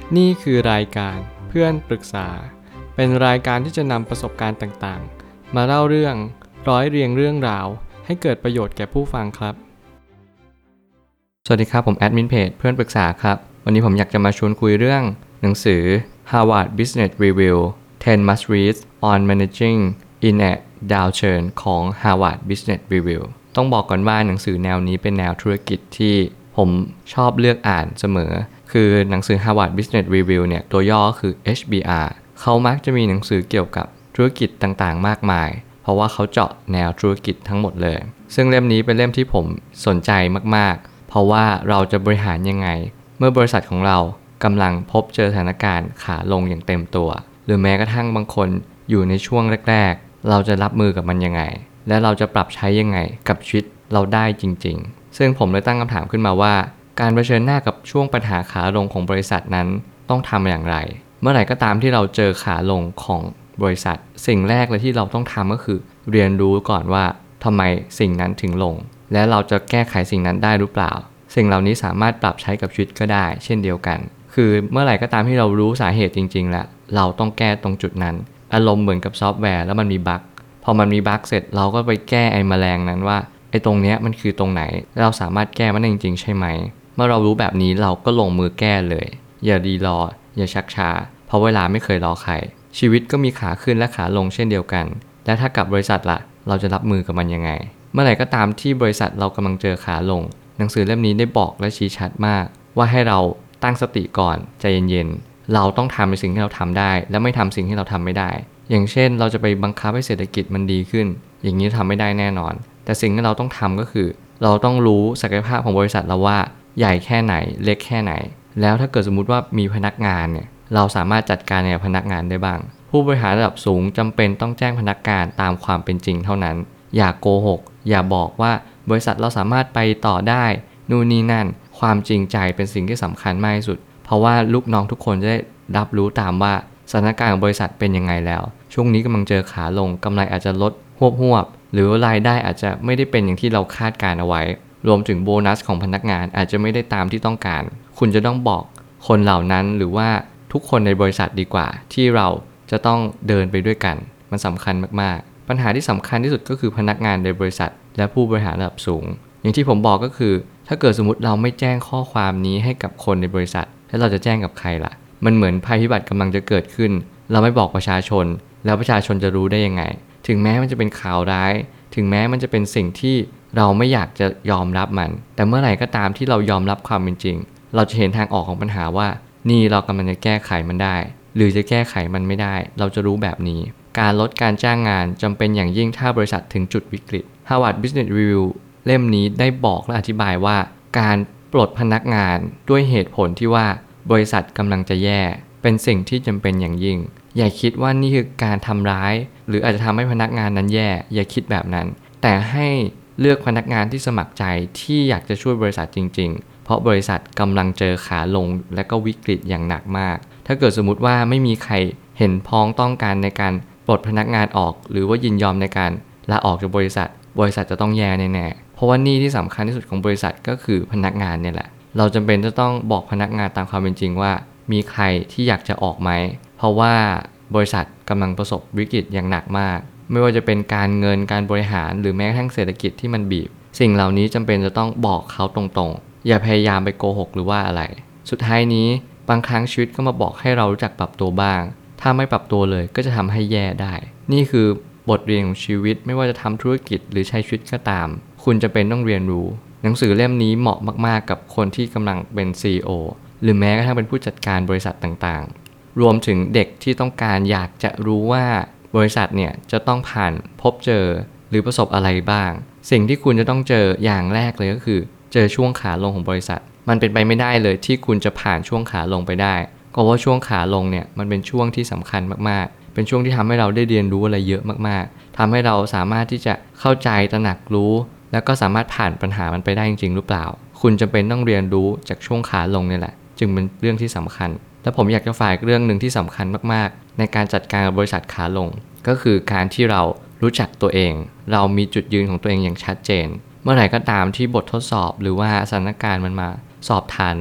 นี่คือรายการเพื่อนปรึกษาเป็นรายการที่จะนำประสบการณ์ต่างๆมาเล่าเรื่องร้อยเรียงเรื่องราวให้เกิดประโยชน์แก่ผู้ฟังครับสวัสดีครับผมแอดมินเพจเพื่อนปรึกษาครับวันนี้ผมอยากจะมาชวนคุยเรื่องหนังสือ Harvard Business Review 10 Must Reads on Managing in a Downturn ของ Harvard Business Review ต้องบอกก่อนว่าหนังสือแนวนี้เป็นแนวธุรกิจที่ผมชอบเลือกอ่านเสมอคือหนังสือ Harvard Business Review เนี่ยตัวย่อคือ HBR เขามักจะมีหนังสือเกี่ยวกับธุรกิจต่างๆมากมายเพราะว่าเขาเจาะแนวธุรกิจทั้งหมดเลยซึ่งเล่มนี้เป็นเล่มที่ผมสนใจมากๆเพราะว่าเราจะบริหารยังไงเมื่อบริษัทของเรากำลังพบเจอสถานการณ์ขาลงอย่างเต็มตัวหรือแม้กระทั่งบางคนอยู่ในช่วงแรกๆเราจะรับมือกับมันยังไงและเราจะปรับใช้ยังไงกับชีวิตเราได้จริงๆซึ่งผมเลยตั้งคำถามขึ้นมาว่าการเผชิญหน้ากับช่วงปัญหาขาลงของบริษัทนั้นต้องทำอย่างไรเมื่อไหร่ก็ตามที่เราเจอขาลงของบริษัทสิ่งแรกเลยที่เราต้องทำก็คือเรียนรู้ก่อนว่าทำไมสิ่งนั้นถึงลงและเราจะแก้ไขสิ่งนั้นได้หรือเปล่าสิ่งเหล่านี้สามารถปรับใช้กับชีวิตก็ได้เช่นเดียวกันคือเมื่อไหร่ก็ตามที่เรารู้สาเหตุจริงๆแล้วเราต้องแก้ตรงจุดนั้นอารมณ์เหมือนกับซอฟต์แวร์แล้วมันมีบั๊กพอมันมีบั๊กเสร็จเราก็ไปแก้ไอ้แมลงนั้นว่าไอ้ตรงเนี้ยมันคือตรงไหนเราสามารถแก้มันได้จริงๆใช่ไหมเมื่อเรารู้แบบนี้เราก็ลงมือแก้เลยอย่ารีรออย่าชักช้าเพราะเวลาไม่เคยรอใครชีวิตก็มีขาขึ้นและขาลงเช่นเดียวกันและถ้ากับบริษัทล่ะเราจะรับมือกับมันยังไงเมื่อไหร่ก็ตามที่บริษัทเรากำลังเจอขาลงหนังสือเล่มนี้ได้บอกและชี้ชัดมากว่าให้เราตั้งสติก่อนใจเย็นๆเราต้องทำในสิ่งที่เราทำได้และไม่ทำสิ่งที่เราทำไม่ได้อย่างเช่นเราจะไปบังคับให้เศรษฐกิจมันดีขึ้นอย่างนี้ทำไม่ได้แน่นอนแต่สิ่งที่เราต้องทำก็คือเราต้องรู้ศักยภาพของบริษัทเราว่าใหญ่แค่ไหนเล็กแค่ไหนแล้วถ้าเกิดสมมุติว่ามีพนักงานเนี่ยเราสามารถจัดการกับพนักงานได้บ้างผู้บริหารระดับสูงจำเป็นต้องแจ้งพนักงานตามความเป็นจริงเท่านั้นอย่าโกหกอย่าบอกว่าบริษัทเราสามารถไปต่อได้นู่นนี่นั่นความจริงใจเป็นสิ่งที่สำคัญมากที่สุดเพราะว่าลูกน้องทุกคนจะได้รับรู้ตามว่าสถานการณ์ของบริษัทเป็นยังไงแล้วช่วงนี้กำลังเจอขาลงกำไรอาจจะลดหวบหรือรายได้อาจจะไม่ได้เป็นอย่างที่เราคาดการเอาไว้รวมถึงโบนัสของพนักงานอาจจะไม่ได้ตามที่ต้องการคุณจะต้องบอกคนเหล่านั้นหรือว่าทุกคนในบริษัทดีกว่าที่เราจะต้องเดินไปด้วยกันมันสำคัญมากๆปัญหาที่สำคัญที่สุดก็คือพนักงานในบริษัทและผู้บริหารระดับสูงอย่างที่ผมบอกก็คือถ้าเกิดสมมติเราไม่แจ้งข้อความนี้ให้กับคนในบริษัทแล้วเราจะแจ้งกับใครล่ะมันเหมือนภัยพิบัติกำลังจะเกิดขึ้นเราไม่บอกประชาชนแล้วประชาชนจะรู้ได้ยังไงถึงแม้มันจะเป็นข่าวร้ายถึงแม้มันจะเป็นสิ่งที่เราไม่อยากจะยอมรับมันแต่เมื่อไหร่ก็ตามที่เรายอมรับความเป็นจริงเราจะเห็นทางออกของปัญหาว่านี่เรากำลังจะแก้ไขมันได้หรือจะแก้ไขมันไม่ได้เราจะรู้แบบนี้การลดการจ้างงานจำเป็นอย่างยิ่งถ้าบริษัทถึงจุดวิกฤต Harvard Business Review เล่มนี้ได้บอกและอธิบายว่าการปลดพนักงานด้วยเหตุผลที่ว่าบริษัทกำลังจะแย่เป็นสิ่งที่จำเป็นอย่างยิ่งอย่าคิดว่านี่คือการทำร้ายหรืออาจจะทำให้พนักงานนั้นแย่อย่าคิดแบบนั้นแต่ให้เลือกพนักงานที่สมัครใจที่อยากจะช่วยบริษัทจริงๆเพราะบริษัทกำลังเจอขาลงและก็วิกฤตอย่างหนักมากถ้าเกิดสมมุติว่าไม่มีใครเห็นพ้องต้องการในการปลดพนักงานออกหรือว่ายินยอมในการลาออกจากบริษัทจะต้องแย่แน่ๆเพราะว่านี่ที่สำคัญที่สุดของบริษัทก็คือพนักงานเนี่ยแหละเราจำเป็นจะต้องบอกพนักงานตามความเป็นจริงว่ามีใครที่อยากจะออกไหมเพราะว่าบริษัทกำลังประสบวิกฤตอย่างหนักมากไม่ว่าจะเป็นการเงินการบริหารหรือแม้กระทั่งเศรษฐกิจที่มันบีบสิ่งเหล่านี้จำเป็นจะต้องบอกเขาตรงๆอย่าพยายามไปโกหกหรือว่าอะไรสุดท้ายนี้บางครั้งชีวิตก็มาบอกให้เรารู้จักปรับตัวบ้างถ้าไม่ปรับตัวเลยก็จะทำให้แย่ได้นี่คือบทเรียนของชีวิตไม่ว่าจะทำธุรกิจหรือใช้ชีวิตก็ตามคุณจะเป็นต้องเรียนรู้หนังสือเล่มนี้เหมาะมากๆกับคนที่กำลังเป็น CEO หรือแม้กระทั่งเป็นผู้จัดการบริษัทต่างๆรวมถึงเด็กที่ต้องการอยากจะรู้ว่าบริษัทเนี่ยจะต้องผ่านพบเจอหรือประสบอะไรบ้างสิ่งที่คุณจะต้องเจออย่างแรกเลยก็คือเจอช่วงขาลงของบริษัทมันเป็นไปไม่ได้เลยที่คุณจะผ่านช่วงขาลงไปได้เพราะว่าช่วงขาลงเนี่ยมันเป็นช่วงที่สำคัญมากๆเป็นช่วงที่ทำให้เราได้เรียนรู้อะไรเยอะมากๆทำให้เราสามารถที่จะเข้าใจตระหนักรู้แล้วก็สามารถผ่านปัญหามันไปได้จริงๆหรือเปล่าคุณจำเป็นต้องเรียนรู้จากช่วงขาลงนี่แหละจึงเป็นเรื่องที่สำคัญและผมอยากจะฝากเรื่องหนึ่งที่สำคัญมากๆในการจัดการกับบริษัทขาลงก็คือการที่เรารู้จักตัวเองเรามีจุดยืนของตัวเองอย่างชัดเจนเมื่อไหร่ก็ตามที่บททดสอบหรือว่าสถานการณ์มันมาสอบทานเรา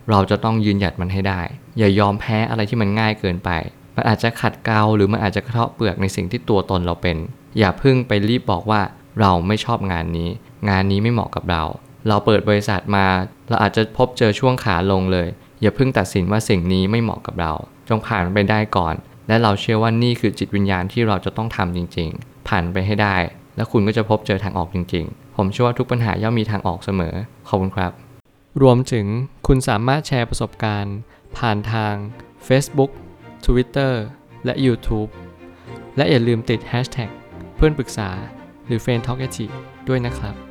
เราจะต้องยืนหยัดมันให้ได้อย่ายอมแพ้อะไรที่มันง่ายเกินไปมันอาจจะขัดเกลาหรือมันอาจจะกระเทาะเปลือกในสิ่งที่ตัวตนเราเป็นอย่าเพิ่งไปรีบบอกว่าเราไม่ชอบงานนี้ไม่เหมาะกับเราเปิดบริษัทมาเราอาจจะพบเจอช่วงขาลงเลยอย่าเพิ่งตัดสินว่าสิ่งนี้ไม่เหมาะกับเราจงผ่านมันไปได้ก่อนและเราเชื่อว่านี่คือจิตวิญญาณที่เราจะต้องทำจริงๆผ่านไปให้ได้แล้วคุณก็จะพบเจอทางออกจริงๆผมเชื่อว่าทุกปัญหาย่อมมีทางออกเสมอขอบคุณครับรวมถึงคุณสามารถแชร์ประสบการณ์ผ่านทาง Facebook Twitter และ YouTube และอย่าลืมติด Hashtag เพื่อนปรึกษาหรือ Friend Talkative ด้วยนะครับ